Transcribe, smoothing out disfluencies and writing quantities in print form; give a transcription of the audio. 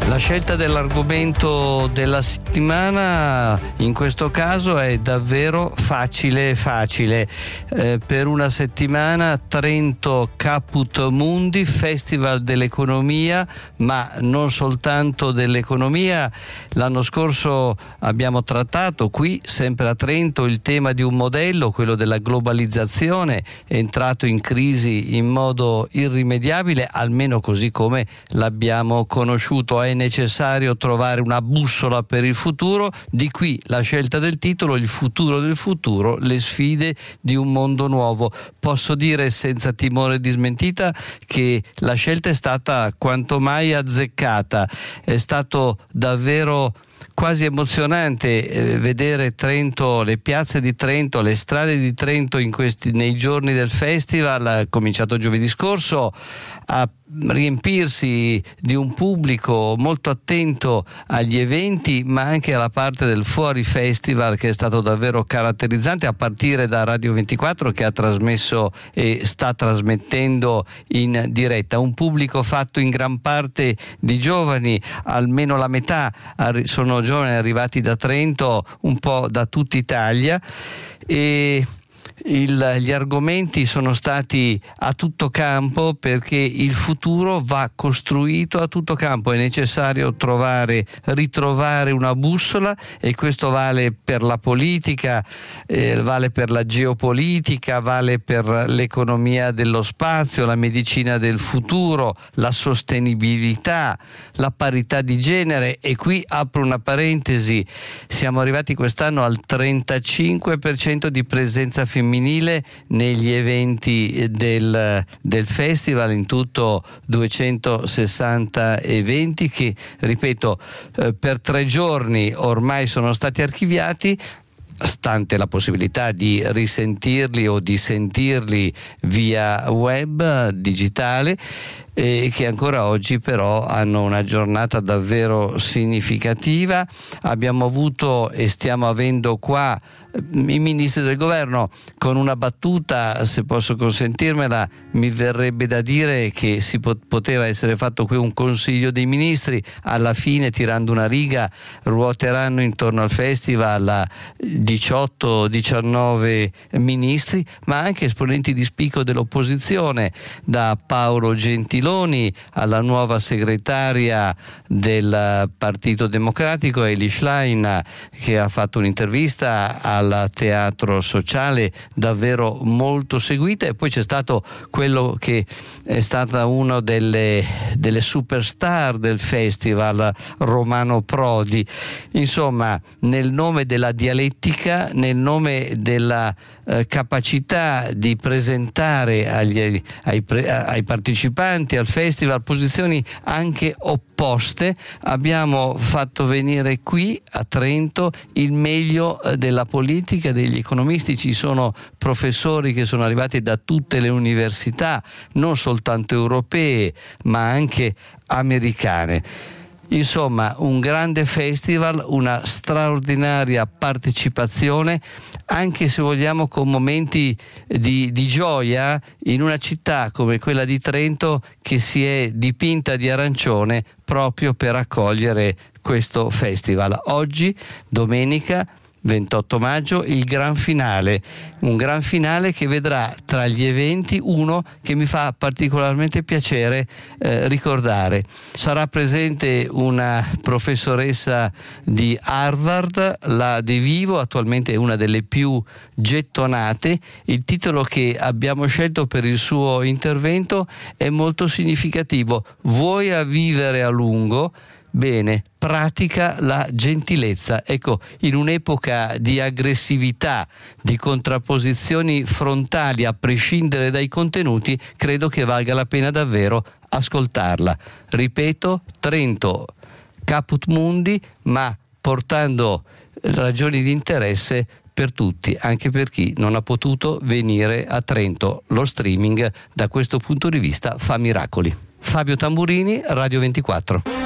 La scelta dell'argomento della settimana in questo caso è davvero facile. Per una settimana Trento Caput Mundi, Festival dell'economia, ma non soltanto dell'economia. L'anno scorso abbiamo trattato qui, sempre a Trento, il tema di un modello, quello della globalizzazione, entrato in crisi in modo irrimediabile, almeno così come l'abbiamo conosciuto. È necessario trovare una bussola per il futuro, di qui la scelta del titolo, il futuro del futuro, le sfide di un mondo nuovo. Posso dire senza timore di smentita che la scelta è stata quanto mai azzeccata, è stato davvero quasi emozionante vedere Trento, le piazze di Trento, le strade di Trento nei giorni del festival, cominciato giovedì scorso, a riempirsi di un pubblico molto attento agli eventi, ma anche alla parte del fuori festival, che è stato davvero caratterizzante, a partire da Radio 24, che ha trasmesso e sta trasmettendo in diretta. Un pubblico fatto in gran parte di giovani, almeno la metà sono giovani arrivati da Trento, un po' da tutta Italia, e gli argomenti sono stati a tutto campo, perché il futuro va costruito a tutto campo. È necessario ritrovare una bussola, e questo vale per la politica, vale per la geopolitica, vale per l'economia dello spazio, la medicina del futuro, la sostenibilità, la parità di genere. E qui apro una parentesi: siamo arrivati quest'anno al 35% di presenza femminile negli eventi del festival, in tutto 260 eventi che, ripeto, per 3 giorni ormai sono stati archiviati, stante la possibilità di risentirli o di sentirli via web digitale, e che ancora oggi però hanno una giornata davvero significativa. Abbiamo avuto e stiamo avendo qua i ministri del governo. Con una battuta, se posso consentirmela, mi verrebbe da dire che poteva essere fatto qui un consiglio dei ministri. Alla fine, tirando una riga, ruoteranno intorno al festival 18-19 ministri, ma anche esponenti di spicco dell'opposizione, da Paolo Gentiloni alla nuova segretaria del Partito Democratico Elly Schlein, che ha fatto un'intervista al Teatro Sociale davvero molto seguita. E poi c'è stato quello che è stata una delle superstar del festival, Romano Prodi. Insomma, nel nome della dialettica, nel nome della capacità di presentare ai partecipanti al festival posizioni anche opposte, abbiamo fatto venire qui a Trento il meglio della politica, degli economisti. Ci sono professori che sono arrivati da tutte le università, non soltanto europee ma anche americane. Insomma, un grande festival, una straordinaria partecipazione, anche se vogliamo con momenti di gioia, in una città come quella di Trento che si è dipinta di arancione proprio per accogliere questo festival. Oggi, domenica 28 maggio, il gran finale, un gran finale che vedrà tra gli eventi uno che mi fa particolarmente piacere ricordare. Sarà presente una professoressa di Harvard, la De Vivo, attualmente una delle più gettonate. Il titolo che abbiamo scelto per il suo intervento è molto significativo: vuoi a vivere a lungo? Bene, pratica la gentilezza. Ecco, in un'epoca di aggressività, di contrapposizioni frontali a prescindere dai contenuti, credo che valga la pena davvero ascoltarla. Ripeto, Trento Caput Mundi, ma portando ragioni di interesse per tutti, anche per chi non ha potuto venire a Trento. Lo streaming da questo punto di vista fa miracoli. Fabio Tamburini, Radio 24.